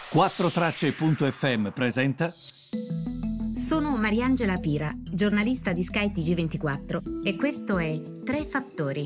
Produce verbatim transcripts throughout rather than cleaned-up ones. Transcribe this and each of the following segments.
quattro tracce punto effe emme presenta. Sono Mariangela Pira, giornalista di Sky T G ventiquattro e questo è Tre Fattori.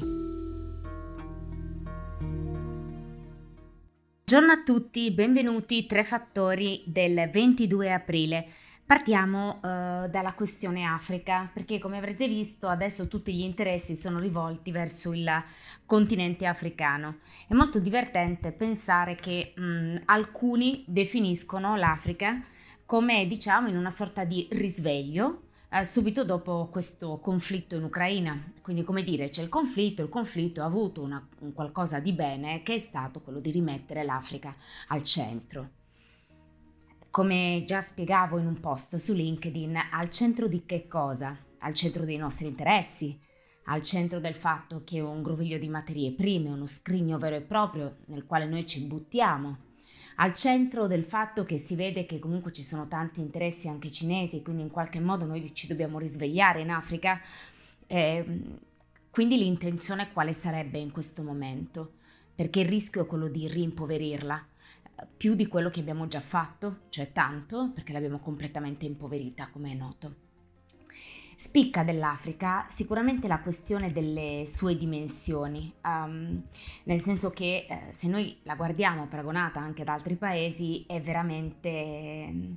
Buongiorno a tutti, benvenuti Tre Fattori del ventidue aprile. Partiamo uh, dalla questione Africa, perché come avrete visto adesso tutti gli interessi sono rivolti verso il continente africano. È molto divertente pensare che mh, alcuni definiscono l'Africa come, diciamo, in una sorta di risveglio eh, subito dopo questo conflitto in Ucraina. Quindi, come dire, c'è il conflitto, il conflitto ha avuto una, un qualcosa di bene che è stato quello di rimettere l'Africa al centro. Come già spiegavo in un post su LinkedIn, al centro di che cosa? Al centro dei nostri interessi, al centro del fatto che un groviglio di materie prime, uno scrigno vero e proprio nel quale noi ci buttiamo, al centro del fatto che si vede che comunque ci sono tanti interessi anche cinesi, quindi in qualche modo noi ci dobbiamo risvegliare in Africa. Eh, quindi l'intenzione quale sarebbe in questo momento? Perché il rischio è quello di rimpoverirla, più di quello che abbiamo già fatto, cioè tanto, perché l'abbiamo completamente impoverita, come è noto. Spicca dell'Africa sicuramente la questione delle sue dimensioni, um, nel senso che eh, se noi la guardiamo paragonata anche ad altri paesi è veramente, eh,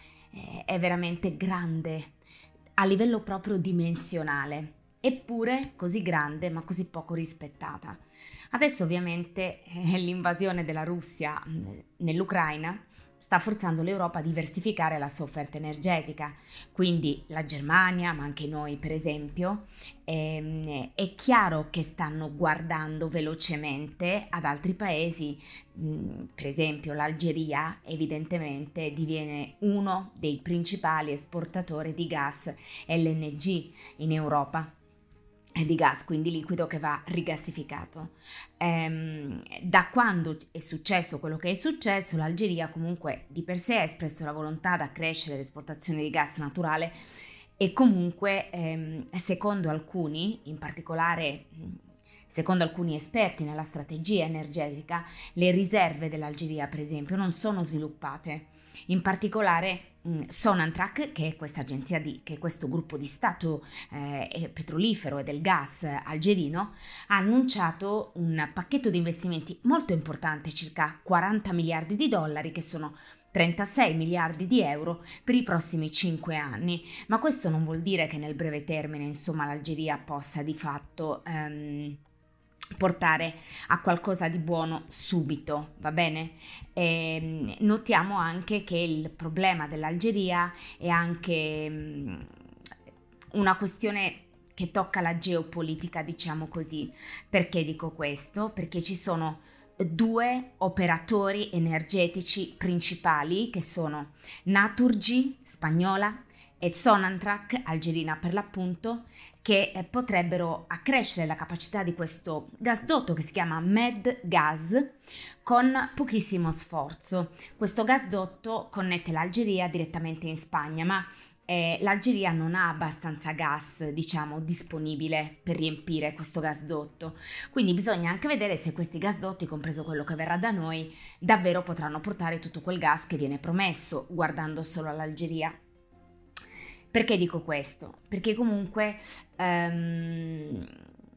è veramente grande a livello proprio dimensionale, eppure così grande ma così poco rispettata. Adesso ovviamente eh, l'invasione della Russia mh, nell'Ucraina sta forzando l'Europa a diversificare la sua offerta energetica, quindi la Germania, ma anche noi per esempio, ehm, è chiaro che stanno guardando velocemente ad altri paesi, mh, per esempio l'Algeria evidentemente diviene uno dei principali esportatori di gas L N G in Europa, di gas, quindi liquido che va rigassificato. Ehm, da quando è successo quello che è successo, l'Algeria comunque di per sé ha espresso la volontà di accrescere l'esportazione di gas naturale e comunque ehm, secondo alcuni, in particolare secondo alcuni esperti nella strategia energetica, le riserve dell'Algeria per esempio non sono sviluppate. In particolare Sonatrach, che è questa agenzia di, che è questo gruppo di Stato eh, petrolifero e del gas algerino, ha annunciato un pacchetto di investimenti molto importante, circa quaranta miliardi di dollari, che sono trentasei miliardi di euro per i prossimi cinque anni. Ma questo non vuol dire che nel breve termine, insomma, l'Algeria possa di fatto ehm, portare a qualcosa di buono subito, va bene? E notiamo anche che il problema dell'Algeria è anche mh, una questione che tocca la geopolitica, diciamo così. Perché dico questo? Perché ci sono due operatori energetici principali che sono Naturgy, spagnola, e Sonatrach, algerina per l'appunto, che eh, potrebbero accrescere la capacità di questo gasdotto che si chiama Medgaz con pochissimo sforzo. Questo gasdotto connette l'Algeria direttamente in Spagna, ma eh, l'Algeria non ha abbastanza gas, diciamo, disponibile per riempire questo gasdotto. Quindi bisogna anche vedere se questi gasdotti, compreso quello che verrà da noi, davvero potranno portare tutto quel gas che viene promesso, guardando solo all'Algeria. Perché dico questo? Perché comunque um,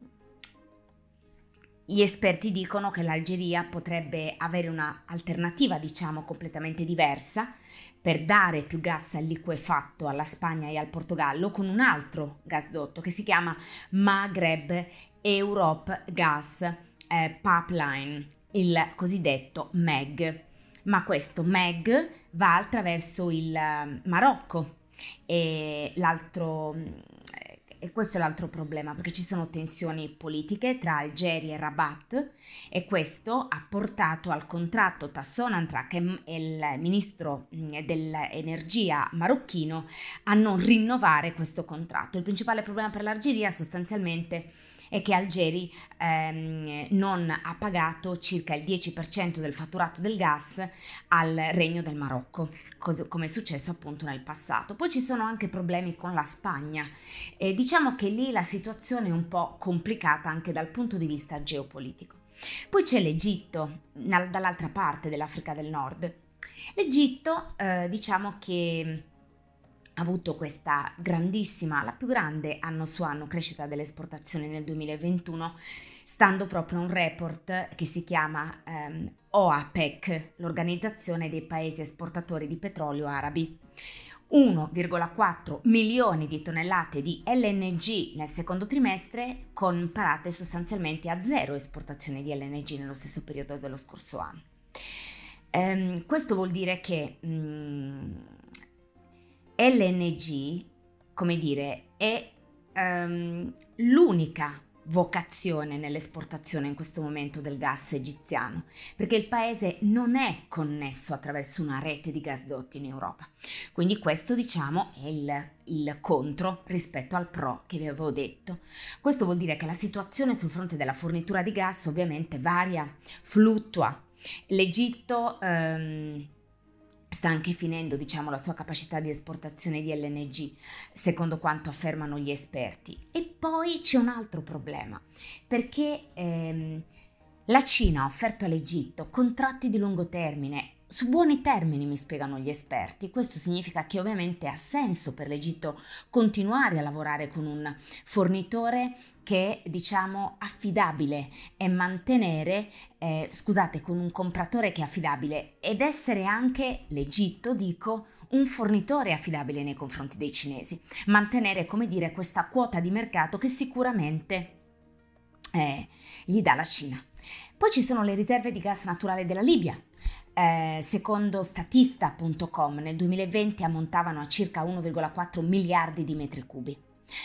gli esperti dicono che l'Algeria potrebbe avere una alternativa, diciamo, completamente diversa per dare più gas liquefatto alla Spagna e al Portogallo con un altro gasdotto che si chiama Maghreb Europe Gas eh, Pipeline, il cosiddetto M E G. Ma questo M E G va attraverso il Marocco. E l'altro e questo è l'altro problema, perché ci sono tensioni politiche tra Algeria e Rabat e questo ha portato al contratto tra Sonatrach e il ministro dell'energia marocchino a non rinnovare questo contratto. Il principale problema per l'Algeria sostanzialmente è che Algeri ehm, non ha pagato circa il dieci per cento del fatturato del gas al Regno del Marocco, cos- come è successo appunto nel passato. Poi ci sono anche problemi con la Spagna e diciamo che lì la situazione è un po' complicata anche dal punto di vista geopolitico. Poi c'è l'Egitto, dall'altra parte dell'Africa del Nord. L'Egitto, eh, diciamo che ha avuto questa grandissima, la più grande anno su anno crescita delle esportazioni nel duemilaventuno, stando proprio a un report che si chiama ehm, OAPEC, l'Organizzazione dei Paesi Esportatori di Petrolio Arabi. uno virgola quattro milioni di tonnellate di L N G nel secondo trimestre, comparate sostanzialmente a zero esportazioni di L N G nello stesso periodo dello scorso anno. Ehm, questo vuol dire che mh, L N G, come dire, è um, l'unica vocazione nell'esportazione in questo momento del gas egiziano, perché il paese non è connesso attraverso una rete di gasdotti in Europa. Quindi questo, diciamo, è il, il contro rispetto al pro che vi avevo detto. Questo vuol dire che la situazione sul fronte della fornitura di gas ovviamente varia, fluttua. L'Egitto um, sta anche finendo, diciamo, la sua capacità di esportazione di L N G, secondo quanto affermano gli esperti. E poi c'è un altro problema, perché ehm, la Cina ha offerto all'Egitto contratti di lungo termine, su buoni termini, mi spiegano gli esperti. Questo significa che ovviamente ha senso per l'Egitto continuare a lavorare con un fornitore che è, diciamo, affidabile e mantenere, eh, scusate, con un compratore che è affidabile ed essere anche l'Egitto, dico, un fornitore affidabile nei confronti dei cinesi. Mantenere, come dire, questa quota di mercato che sicuramente eh, gli dà la Cina. Poi ci sono le riserve di gas naturale della Libia. Eh, secondo statista punto com nel duemilaventi ammontavano a circa uno virgola quattro miliardi di metri cubi.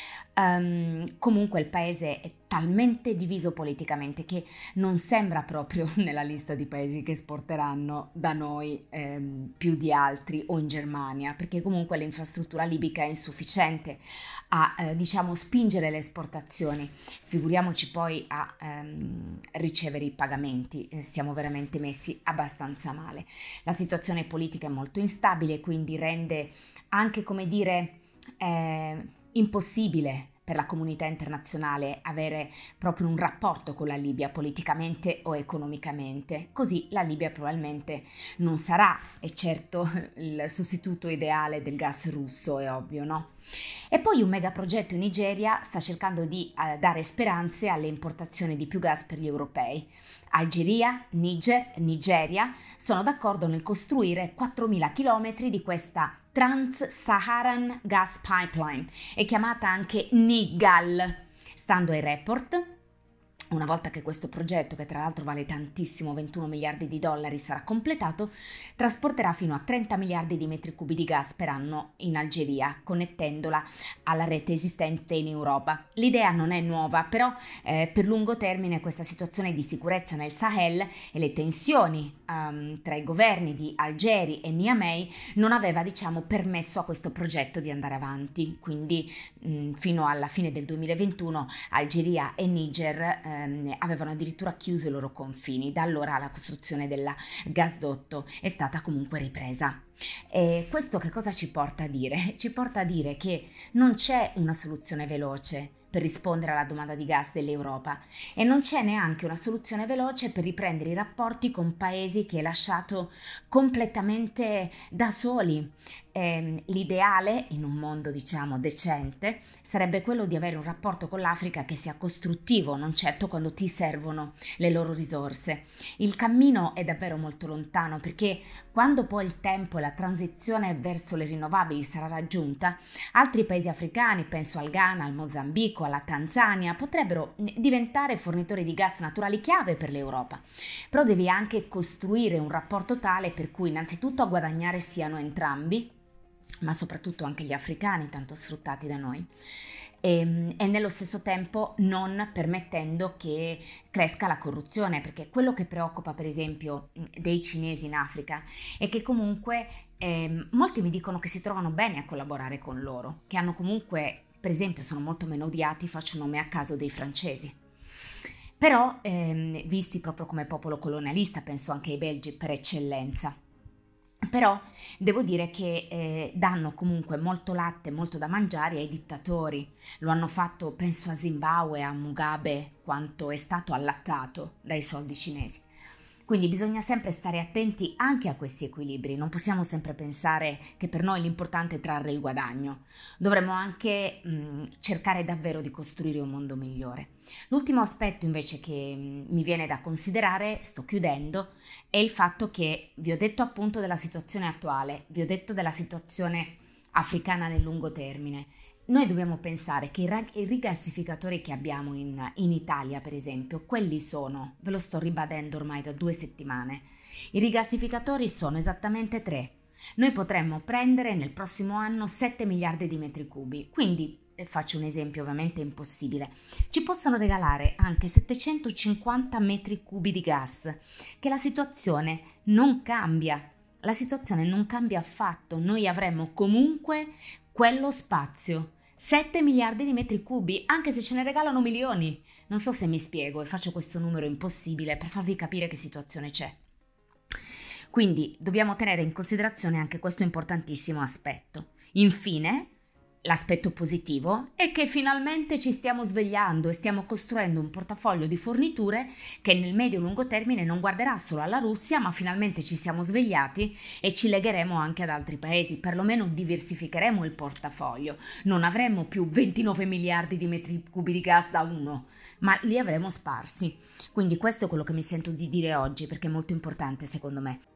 Um, comunque il paese è talmente diviso politicamente che non sembra proprio nella lista di paesi che esporteranno da noi ehm, più di altri o in Germania, perché comunque l'infrastruttura libica è insufficiente a eh, diciamo spingere le esportazioni, figuriamoci poi a ehm, ricevere i pagamenti. Eh, siamo veramente messi abbastanza male. La situazione politica è molto instabile, quindi rende anche, come dire, eh, impossibile per la comunità internazionale avere proprio un rapporto con la Libia politicamente o economicamente. Così la Libia probabilmente non sarà, è certo, il sostituto ideale del gas russo, è ovvio, no? E poi un megaprogetto in Nigeria sta cercando di eh, dare speranze alle importazioni di più gas per gli europei. Algeria, Niger, Nigeria sono d'accordo nel costruire quattromila chilometri di questa Trans-Saharan Gas Pipeline, è chiamata anche NIGAL. Stando ai report, una volta che questo progetto, che tra l'altro vale tantissimo, ventuno miliardi di dollari, sarà completato, trasporterà fino a trenta miliardi di metri cubi di gas per anno in Algeria, connettendola alla rete esistente in Europa. L'idea non è nuova, però eh, per lungo termine questa situazione di sicurezza nel Sahel e le tensioni um, tra i governi di Algeri e Niamey non aveva, diciamo, permesso a questo progetto di andare avanti. Quindi mh, fino alla fine del duemilaventuno Algeria e Niger eh, avevano addirittura chiuso i loro confini. Da allora la costruzione del gasdotto è stata comunque ripresa. E questo che cosa ci porta a dire? Ci porta a dire che non c'è una soluzione veloce per rispondere alla domanda di gas dell'Europa e non c'è neanche una soluzione veloce per riprendere i rapporti con paesi che hai lasciato completamente da soli. Eh, l'ideale in un mondo, diciamo, decente sarebbe quello di avere un rapporto con l'Africa che sia costruttivo, non certo quando ti servono le loro risorse. Il cammino è davvero molto lontano, perché quando poi il tempo e la transizione verso le rinnovabili sarà raggiunta, altri paesi africani, penso al Ghana, al Mozambico, alla Tanzania, potrebbero diventare fornitori di gas naturali chiave per l'Europa. Però devi anche costruire un rapporto tale per cui innanzitutto a guadagnare siano entrambi, ma soprattutto anche gli africani tanto sfruttati da noi, e, e nello stesso tempo non permettendo che cresca la corruzione, perché quello che preoccupa per esempio dei cinesi in Africa è che comunque eh, molti mi dicono che si trovano bene a collaborare con loro, che hanno comunque, per esempio, sono molto meno odiati, faccio nome a caso, dei francesi. Però ehm, visti proprio come popolo colonialista, penso anche ai belgi per eccellenza. Però devo dire che eh, danno comunque molto latte, molto da mangiare ai dittatori. Lo hanno fatto, penso a Zimbabwe, a Mugabe, quanto è stato allattato dai soldi cinesi. Quindi bisogna sempre stare attenti anche a questi equilibri, non possiamo sempre pensare che per noi l'importante è trarre il guadagno, dovremmo anche mh, cercare davvero di costruire un mondo migliore. L'ultimo aspetto invece che mh, mi viene da considerare, sto chiudendo, è il fatto che vi ho detto appunto della situazione attuale, vi ho detto della situazione africana nel lungo termine. Noi dobbiamo pensare che i, rag- i rigassificatori che abbiamo in, in Italia, per esempio, quelli sono, ve lo sto ribadendo ormai da due settimane, i rigassificatori sono esattamente tre. Noi potremmo prendere nel prossimo anno sette miliardi di metri cubi, quindi, eh, faccio un esempio ovviamente impossibile, ci possono regalare anche settecentocinquanta metri cubi di gas, che la situazione non cambia. La situazione non cambia affatto, noi avremo comunque quello spazio, sette miliardi di metri cubi, anche se ce ne regalano milioni. Non so se mi spiego e faccio questo numero impossibile per farvi capire che situazione c'è. Quindi dobbiamo tenere in considerazione anche questo importantissimo aspetto. Infine, l'aspetto positivo è che finalmente ci stiamo svegliando e stiamo costruendo un portafoglio di forniture che nel medio-lungo termine non guarderà solo alla Russia, ma finalmente ci siamo svegliati e ci legheremo anche ad altri paesi, perlomeno diversificheremo il portafoglio. Non avremo più ventinove miliardi di metri cubi di gas da uno, ma li avremo sparsi. Quindi questo è quello che mi sento di dire oggi, perché è molto importante secondo me.